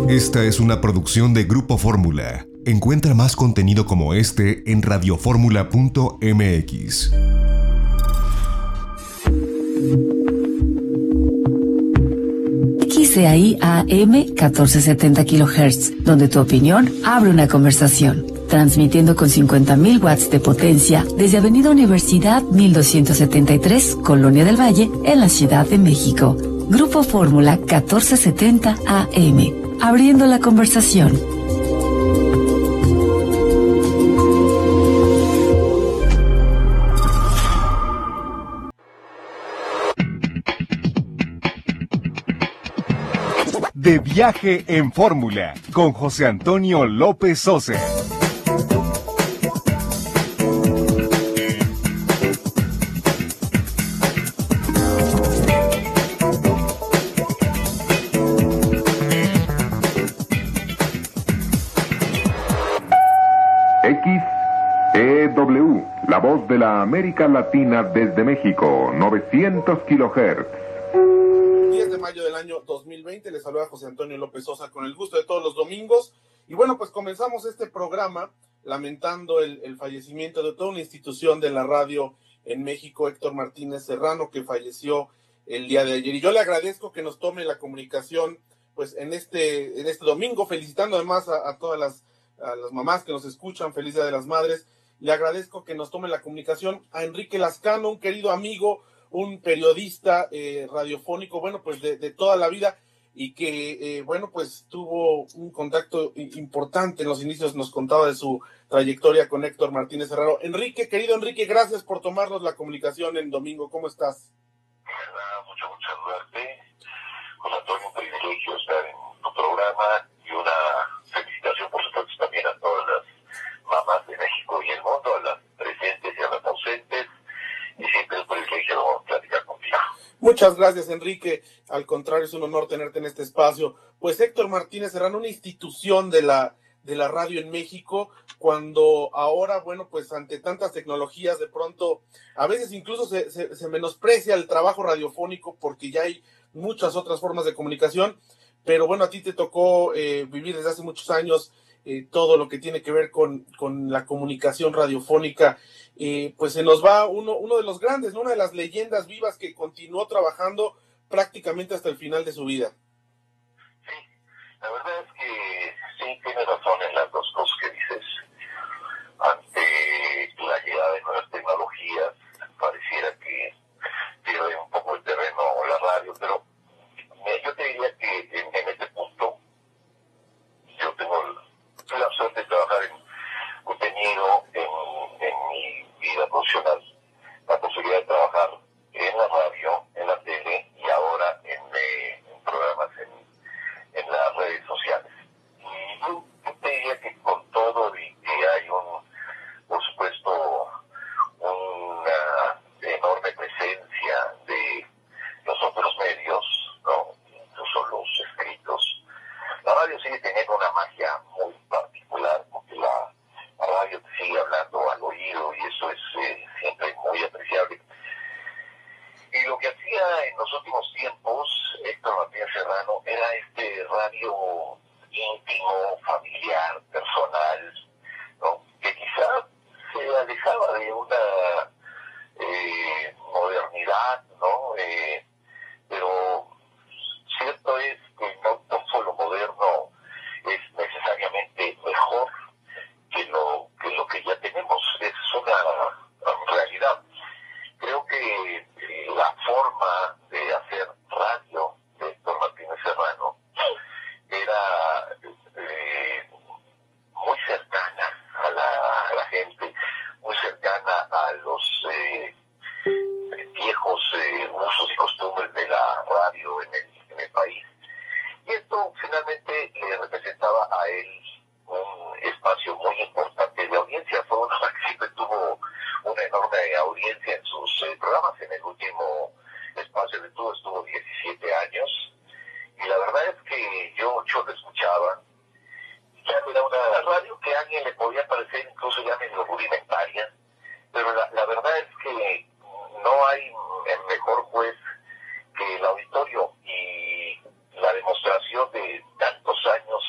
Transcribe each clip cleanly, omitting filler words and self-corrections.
Esta es una producción de Grupo Fórmula. Encuentra más contenido como este en radioformula.mx. XCI AM 1470 kHz, donde tu opinión abre una conversación. Transmitiendo con 50.000 watts de potencia desde Avenida Universidad 1273, Colonia del Valle, en la Ciudad de México. Grupo Fórmula 1470 AM, abriendo la conversación. De viaje en Fórmula, con José Antonio López Sosa. XEW, la voz de la América Latina desde México, 900 kHz. 10 de mayo del año 2020, les saluda José Antonio López Sosa con el gusto de todos los domingos. Y bueno, pues comenzamos este programa lamentando el fallecimiento de toda una institución de la radio en México, Héctor Martínez Serrano, que falleció el día de ayer. Y yo le agradezco que nos tome la comunicación pues en este domingo, felicitando además a todas las mamás que nos escuchan, feliz Día de las Madres. Le agradezco que nos tome la comunicación a Enrique Lascano, un querido amigo, un periodista radiofónico, bueno, pues de toda la vida, y que, bueno, pues tuvo un contacto importante en los inicios, nos contaba de su trayectoria con Héctor Martínez Serrano. Enrique, querido Enrique, gracias por tomarnos la comunicación en domingo, ¿cómo estás? Mucho saludarte, José Antonio, un privilegio estar en tu programa y una felicitación, por supuesto, también a todas las mamás de México y el mundo, a las presentes y a las ausentes, y siempre es un privilegio platicar contigo. Muchas gracias, Enrique. Al contrario, es un honor tenerte en este espacio. Pues Héctor Martínez Serrano, una institución de la radio en México, cuando ahora, bueno, pues ante tantas tecnologías, de pronto, a veces incluso se menosprecia el trabajo radiofónico porque ya hay muchas otras formas de comunicación, pero bueno, a ti te tocó vivir desde hace muchos años todo lo que tiene que ver con la comunicación radiofónica. Pues se nos va uno de los grandes, ¿no? Una de las leyendas vivas que continuó trabajando prácticamente hasta el final de su vida. Sí, la verdad es que sí, tienes razón en las dos cosas que dices. Ante la llegada de nuevas tecnologías, pareciera que pierde un poco el terreno la radio, pero yo te diría que en este punto yo tengo la suerte de trabajar en contenido en mi vida profesional, la posibilidad de trabajar en la radio, en la tele y ahora en programas en las redes sociales. Y yo te diría que con todo y que hay por supuesto, una enorme presencia de los otros medios, ¿no? Incluso los escritos, la radio sigue teniendo una magia muy particular, porque la radio te sigue hablando al oído y eso es siempre muy apreciable. Y lo que hacía en los últimos tiempos Héctor Martínez Serrano era este radio íntimo, familiar, personal, ¿no? Que quizá se alejaba de una modernidad, ¿no? Pero cierto es que no solo moderno es necesariamente mejor que lo que ya tenemos. Es una realidad. Creo que la forma de hacer radio de Héctor Martínez Serrano era muy cercana a la gente, muy cercana a los viejos usos y costumbres de la radio en el país. Y esto finalmente le representaba a él un espacio muy importante de audiencia. Fue una que siempre tuvo una enorme audiencia en sus programas. En el último espacio de todo estuvo 17 años. Y la verdad es que yo lo escuchaba. Ya era una radio que a alguien le podía parecer incluso ya medio rudimentaria. Pero la verdad es que no hay mejor juez que el auditorio, y la demostración de tantos años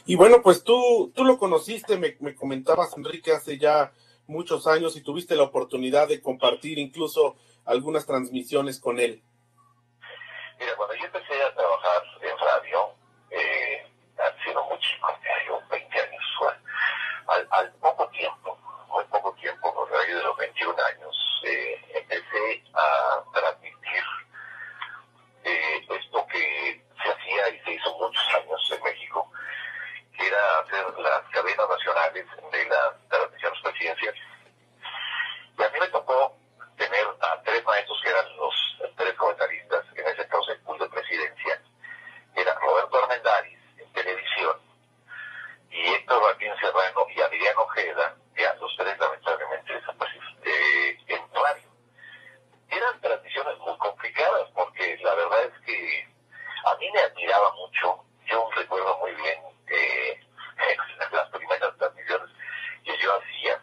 Y bueno, pues tú lo conociste, me comentabas, Enrique, hace ya muchos años y tuviste la oportunidad de compartir incluso algunas transmisiones con él. Mira, cuando yo empecé a trabajar en radio, ha sido muy chico, yo 20 años, al poco tiempo, muy poco tiempo, por radio de los 21 años, empecé a transmitir esto que se hacía y se hizo muchos años en México, que era hacer las cadenas nacionales de las transmisiones presidenciales. Y a mí me tocó tener a tres maestros que eran los tres comentaristas, en ese caso el pool de presidencia. Era Roberto Armendáriz en televisión y Héctor Martín Serrano y Adrián Ojeda, ya los tres lamentablemente desaparecidos, en radio. Eran transmisiones muy complicadas porque la verdad es que a mí me admiraba mucho. Yo recuerdo muy bien las primeras transmisiones que yo hacía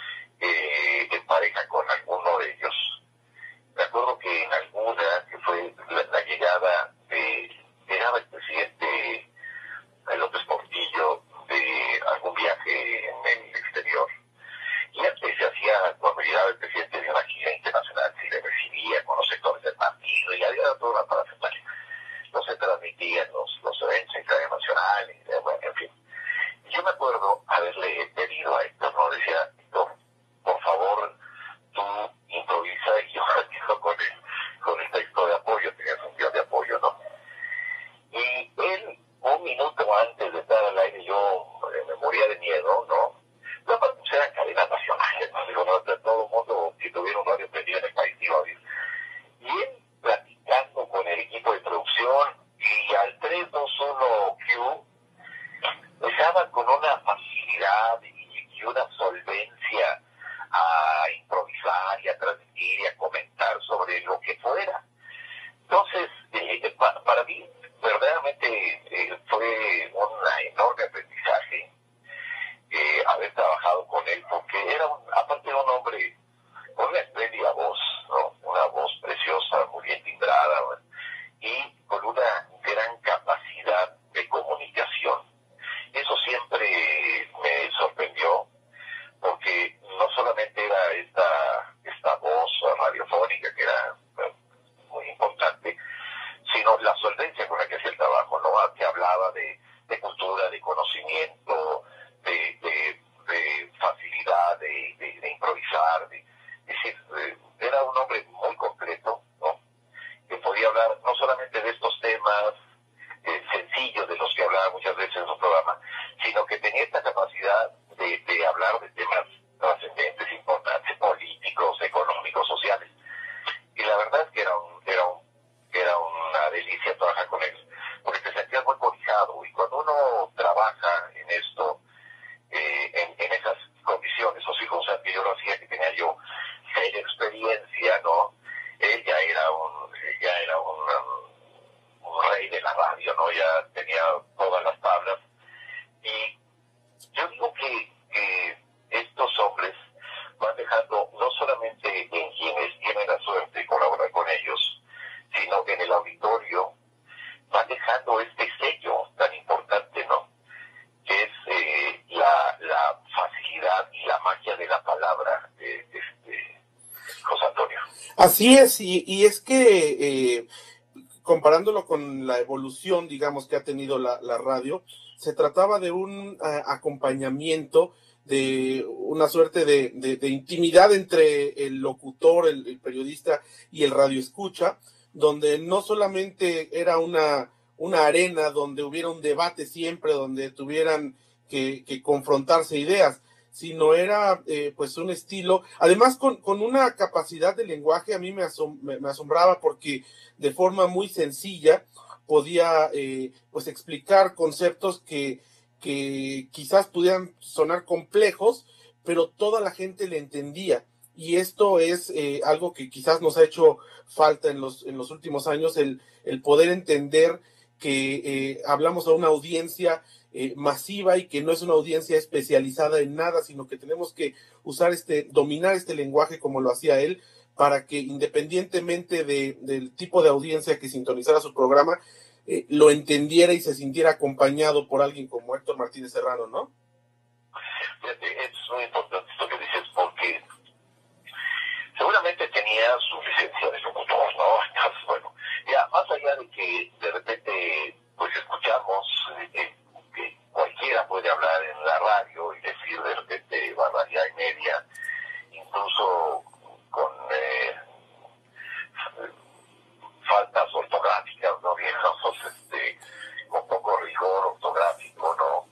en pareja con alguno de ellos. Me acuerdo que en alguna, que fue la llegada llegaba el presidente López Portillo de algún viaje en el exterior. Y antes se hacía, cuando llegaba el presidente de una gira internacional, se le recibía con los sectores del partido y había toda una parafernalia. No se transmitían los eventos en cadena nacional, bueno, en fin. Yo me acuerdo haberle pedido a Héctor, no decía, Héctor, por favor, tú improvisa y yo me quedo con el texto de apoyo, tenías un guión de apoyo, ¿no? Y él, un minuto antes de estar al aire, yo me moría de miedo, ¿no? No, pues eran cadenas nacionales, ¿no? Digo, no, todo el mundo, si tuviera un radio prendido en el país, iba a oír. Y él, platicando con el equipo de producción, y al 3-2-1 Q, empezaba con una facilidad y una solvencia a improvisar y a transmitir y a comentar sobre lo que fuera. Entonces, para mí, verdaderamente fue un enorme aprendizaje haber trabajado con él, porque era aparte de un hombre con una espléndida voz, ¿no? Una voz preciosa, muy bien timbrada, ¿no? Y con una gran capacidad de comunicación. Eso siempre me sorprendió, porque no solamente era esta voz radiofónica, que era muy importante, sino la solvencia con la que hacía el trabajo, ¿no? Que hablaba de cultura, de conocimiento, de facilidad, de improvisar, es decir, era un hombre muy completo, ¿no? Que podía hablar no solamente de estos temas sencillos de los que hablaba muchas veces en su programa, sino que tenía esta capacidad de hablar de temas trascendentes, importantes, políticos, económicos, sociales. Y la verdad es que era una delicia trabajar con él, porque te sentías muy cobijado. Y cuando uno trabaja en esto, en esas condiciones o circunstancias que yo lo hacía, que tenía yo experiencia, ¿no? Él ya era un rey de la radio, ¿no? Ya tenía todas las tablas. Y yo digo que estos hombres van dejando no solamente en quienes tienen la suerte de colaborar con ellos, sino que en el auditorio van dejando este sello tan importante, ¿no? Que es la facilidad y la magia de la palabra de José Antonio. Así es, y es que comparándolo con la evolución, digamos, que ha tenido la radio, se trataba de un acompañamiento, de una suerte de intimidad entre el locutor, el periodista y el radioescucha, donde no solamente era una arena donde hubiera un debate siempre, donde tuvieran que confrontarse ideas, sino era pues un estilo, además con una capacidad de lenguaje. A mí me asombraba porque de forma muy sencilla podía pues explicar conceptos que quizás pudieran sonar complejos, pero toda la gente le entendía. Y esto es algo que quizás nos ha hecho falta en los últimos años, el poder entender que hablamos a una audiencia masiva y que no es una audiencia especializada en nada, sino que tenemos que dominar este lenguaje como lo hacía él, para que independientemente del tipo de audiencia que sintonizara su programa, lo entendiera y se sintiera acompañado por alguien como Héctor Martínez Serrano, ¿no? Fíjate, es muy importante esto que dices, porque seguramente tenía su licencia de locutor, ¿no? Entonces, bueno, ya más allá de que de repente pues escuchamos que cualquiera puede hablar en la radio y decir de repente barbaridad y media, incluso con faltas ortográficas, ¿no? Bien, con poco rigor ortográfico, ¿no?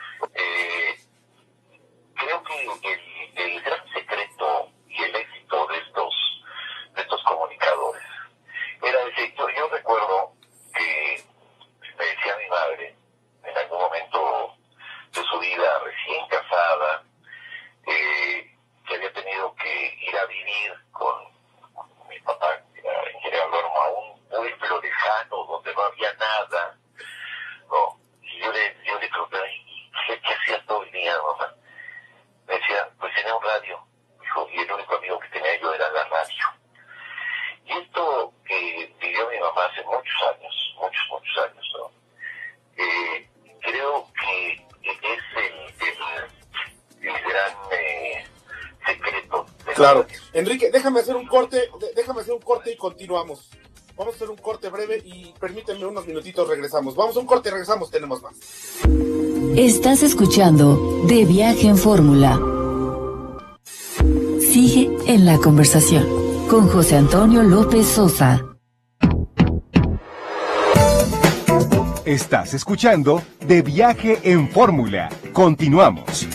Creo que el gran secreto y el éxito de estos comunicadores era ese. Yo recuerdo que me decía mi madre en algún momento de su vida, recién casada, que había tenido que ir a vivir con mi papá, que era ingeniero agrónomo, a un pueblo lejano donde no había nada, ¿no? Y yo le pregunté, ¿qué hacías todo el día, mamá? Me decía, pues tenía un radio, dijo, y el único amigo que tenía yo era la radio. Y esto que vivió mi mamá hace muchos años, ¿no? Creo que es el gran secreto. Claro. Enrique, déjame hacer un corte y continuamos. Vamos a hacer un corte breve y permítanme unos minutitos, regresamos. Vamos a un corte y regresamos, tenemos más. Estás escuchando De Viaje en Fórmula. Sigue en la conversación con José Antonio López Sosa. Estás escuchando De Viaje en Fórmula. Continuamos.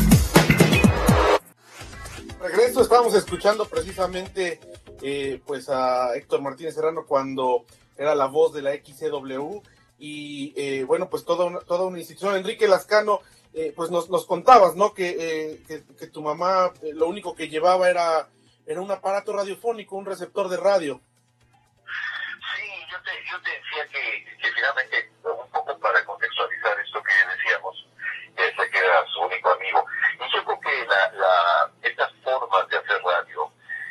Regreso, estábamos escuchando precisamente pues a Héctor Martínez Serrano cuando era la voz de la XCW y bueno, pues toda una institución. Enrique Lascano, pues nos contabas, ¿no? Que tu mamá lo único que llevaba era un aparato radiofónico, un receptor de radio. Sí, yo te decía que finalmente, un poco para contextualizar esto que decíamos, ese que era su único amigo. Y yo creo que estas formas de hacer radio,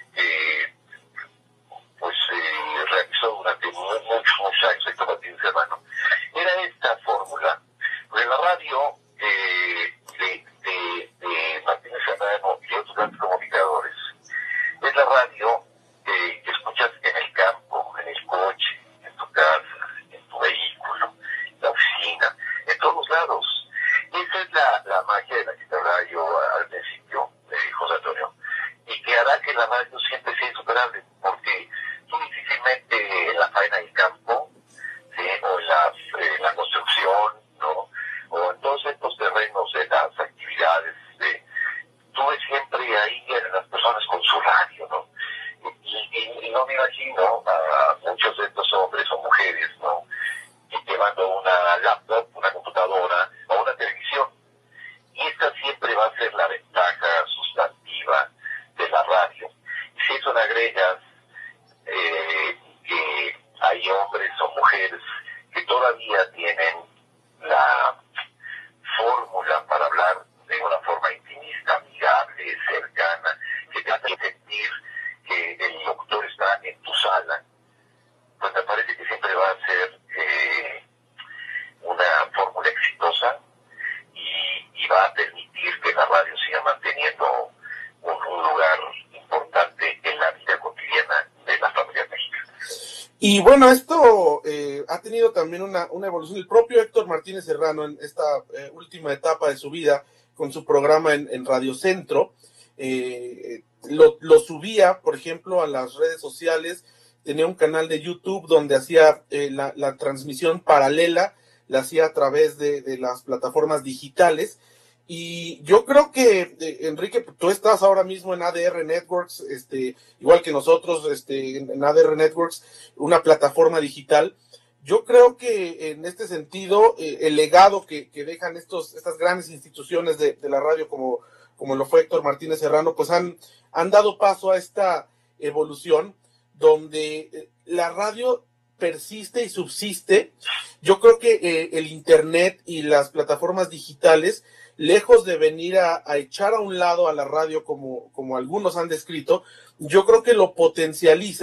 realizó durante muchos años Héctor Martínez Serrano, era esta fórmula. De la radio de Martínez Serrano y otros grandes comunicadores, es la radio que escuchas en el campo, en el coche, en tu casa, en tu vehículo, en la oficina, en todos lados. Esa es la magia de la que te hablaba yo al principio, José Antonio, y que hará que la radio siempre sea insuperable, porque tú difícilmente en la faena del campo, ¿sí? O en la construcción, ¿no? O en todos estos terrenos de las actividades, tú ves siempre ahí a las personas con su radio, ¿no? Y no me imagino a muchos de estos hombres o mujeres, ¿no? Llevando una laptop, una computadora o una televisión. Y esta siempre va a ser la ventaja sustantiva de la radio. Y si eso le agregas que hay hombres o mujeres que todavía tienen la fórmula para hablar de una forma intimista, amigable, cercana, que te hace sentir que el locutor está en tu sala, pues me parece que siempre va a ser una fórmula exitosa y va a permitir que la radio siga manteniendo un lugar importante en la vida cotidiana de las familias mexicanas. Y bueno, esto ha tenido también una evolución. El propio Héctor Martínez Serrano, en esta última etapa de su vida, con su programa en Radio Centro, lo subía, por ejemplo, a las redes sociales. Tenía un canal de YouTube donde hacía la transmisión paralela, la hacía a través de las plataformas digitales. Y yo creo que, Enrique, tú estás ahora mismo en ADR Networks, igual que nosotros, en ADR Networks, una plataforma digital. Yo creo que en este sentido, el legado que dejan estas grandes instituciones de la radio como lo fue Héctor Martínez Serrano, pues han dado paso a esta evolución donde la radio persiste y subsiste. Yo creo que el internet y las plataformas digitales, lejos de venir a echar a un lado a la radio como algunos han descrito, yo creo que lo potencializa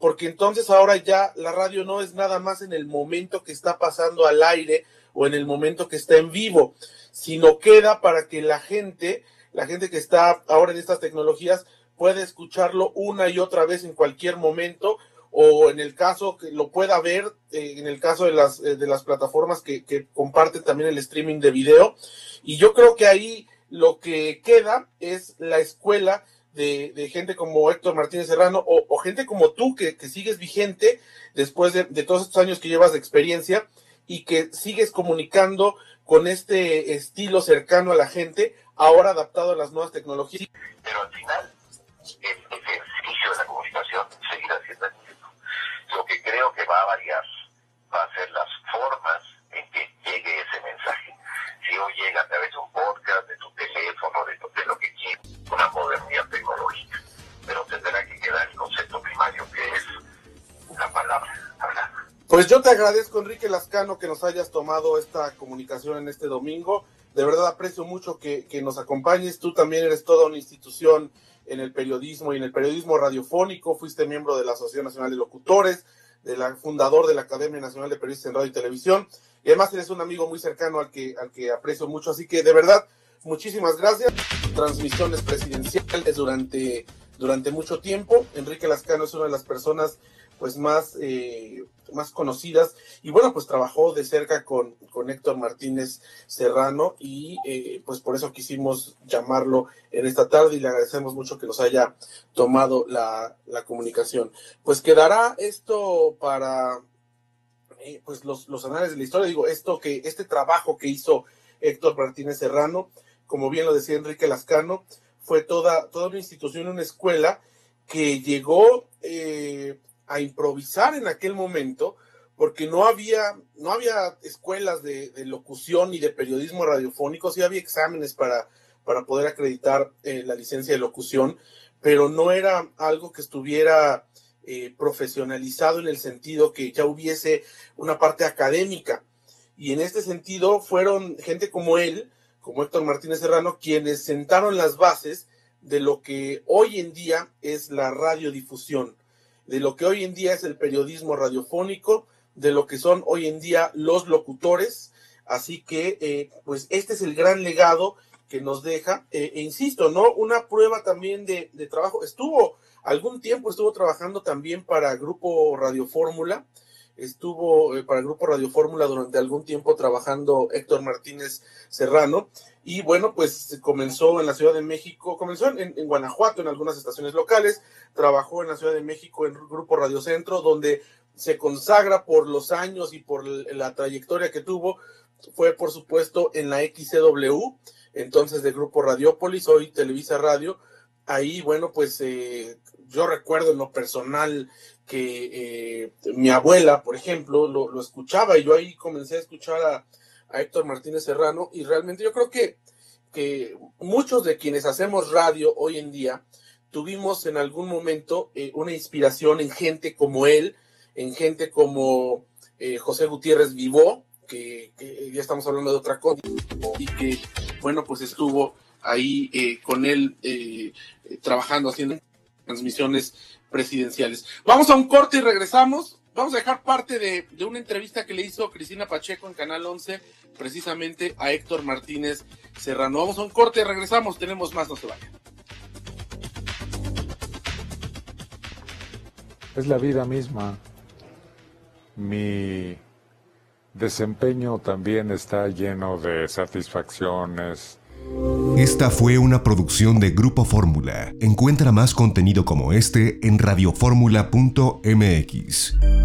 porque entonces ahora ya la radio no es nada más en el momento que está pasando al aire o en el momento que está en vivo, sino queda para que la gente que está ahora en estas tecnologías puede escucharlo una y otra vez en cualquier momento, o en el caso que lo pueda ver, en el caso de las plataformas que comparten también el streaming de video. Y yo creo que ahí lo que queda es la escuela de gente como Héctor Martínez Serrano o gente como tú que sigues vigente después de todos estos años que llevas de experiencia y que sigues comunicando con este estilo cercano a la gente, ahora adaptado a las nuevas tecnologías. Pero al final, el ejercicio de la comunicación seguirá siendo el mismo. Lo que creo que va a variar va a ser las formas en que llegue ese mensaje. Si hoy llega a través de un podcast, de tu teléfono, de lo que quieras, una modernidad tecnológica, pero tendrá que quedar el concepto primario que es la palabra hablada. Pues yo te agradezco, Enrique Lascano, que nos hayas tomado esta comunicación en este domingo. De verdad aprecio mucho que nos acompañes. Tú también eres toda una institución en el periodismo y en el periodismo radiofónico. Fuiste miembro de la Asociación Nacional de Locutores, fundador de la Academia Nacional de Periodistas en Radio y Televisión. Y además eres un amigo muy cercano al que aprecio mucho. Así que de verdad, muchísimas gracias. Transmisiones presidenciales durante mucho tiempo. Enrique Lascano es una de las personas pues más conocidas, y bueno, pues trabajó de cerca con Héctor Martínez Serrano, y pues por eso quisimos llamarlo en esta tarde, y le agradecemos mucho que nos haya tomado la comunicación. Pues quedará esto para pues los anales de la historia. Digo, este trabajo que hizo Héctor Martínez Serrano, como bien lo decía Enrique Lascano, fue toda una institución, una escuela que llegó a improvisar en aquel momento, porque no había escuelas de locución y de periodismo radiofónico. Sí había exámenes para poder acreditar la licencia de locución, pero no era algo que estuviera profesionalizado en el sentido que ya hubiese una parte académica. Y en este sentido fueron gente como él, como Héctor Martínez Serrano, quienes sentaron las bases de lo que hoy en día es la radiodifusión, de lo que hoy en día es el periodismo radiofónico, de lo que son hoy en día los locutores. Así que pues este es el gran legado que nos deja, insisto, ¿no? Una prueba también de trabajo. Algún tiempo estuvo trabajando también para Grupo Radio Fórmula, durante algún tiempo trabajando Héctor Martínez Serrano. Y bueno, pues comenzó en la Ciudad de México, comenzó en Guanajuato en algunas estaciones locales, trabajó en la Ciudad de México en Grupo Radio Centro, donde se consagra por los años y por la trayectoria que tuvo. Fue por supuesto en la XCW, entonces de Grupo Radiópolis, hoy Televisa Radio. Ahí, bueno, pues yo recuerdo en lo personal que mi abuela, por ejemplo, lo escuchaba, y yo ahí comencé a escuchar a Héctor Martínez Serrano, y realmente yo creo que muchos de quienes hacemos radio hoy en día tuvimos en algún momento una inspiración en gente como él, en gente como José Gutiérrez Vivó, que ya estamos hablando de otra cosa, y que, bueno, pues estuvo ahí con él trabajando, haciendo transmisiones presidenciales. Vamos a un corte y regresamos. Vamos a dejar parte de una entrevista que le hizo Cristina Pacheco en Canal 11, precisamente a Héctor Martínez Serrano. Vamos a un corte y regresamos. Tenemos más, no se vayan. Es la vida misma. Mi desempeño también está lleno de satisfacciones. Esta fue una producción de Grupo Fórmula. Encuentra más contenido como este en radioformula.mx.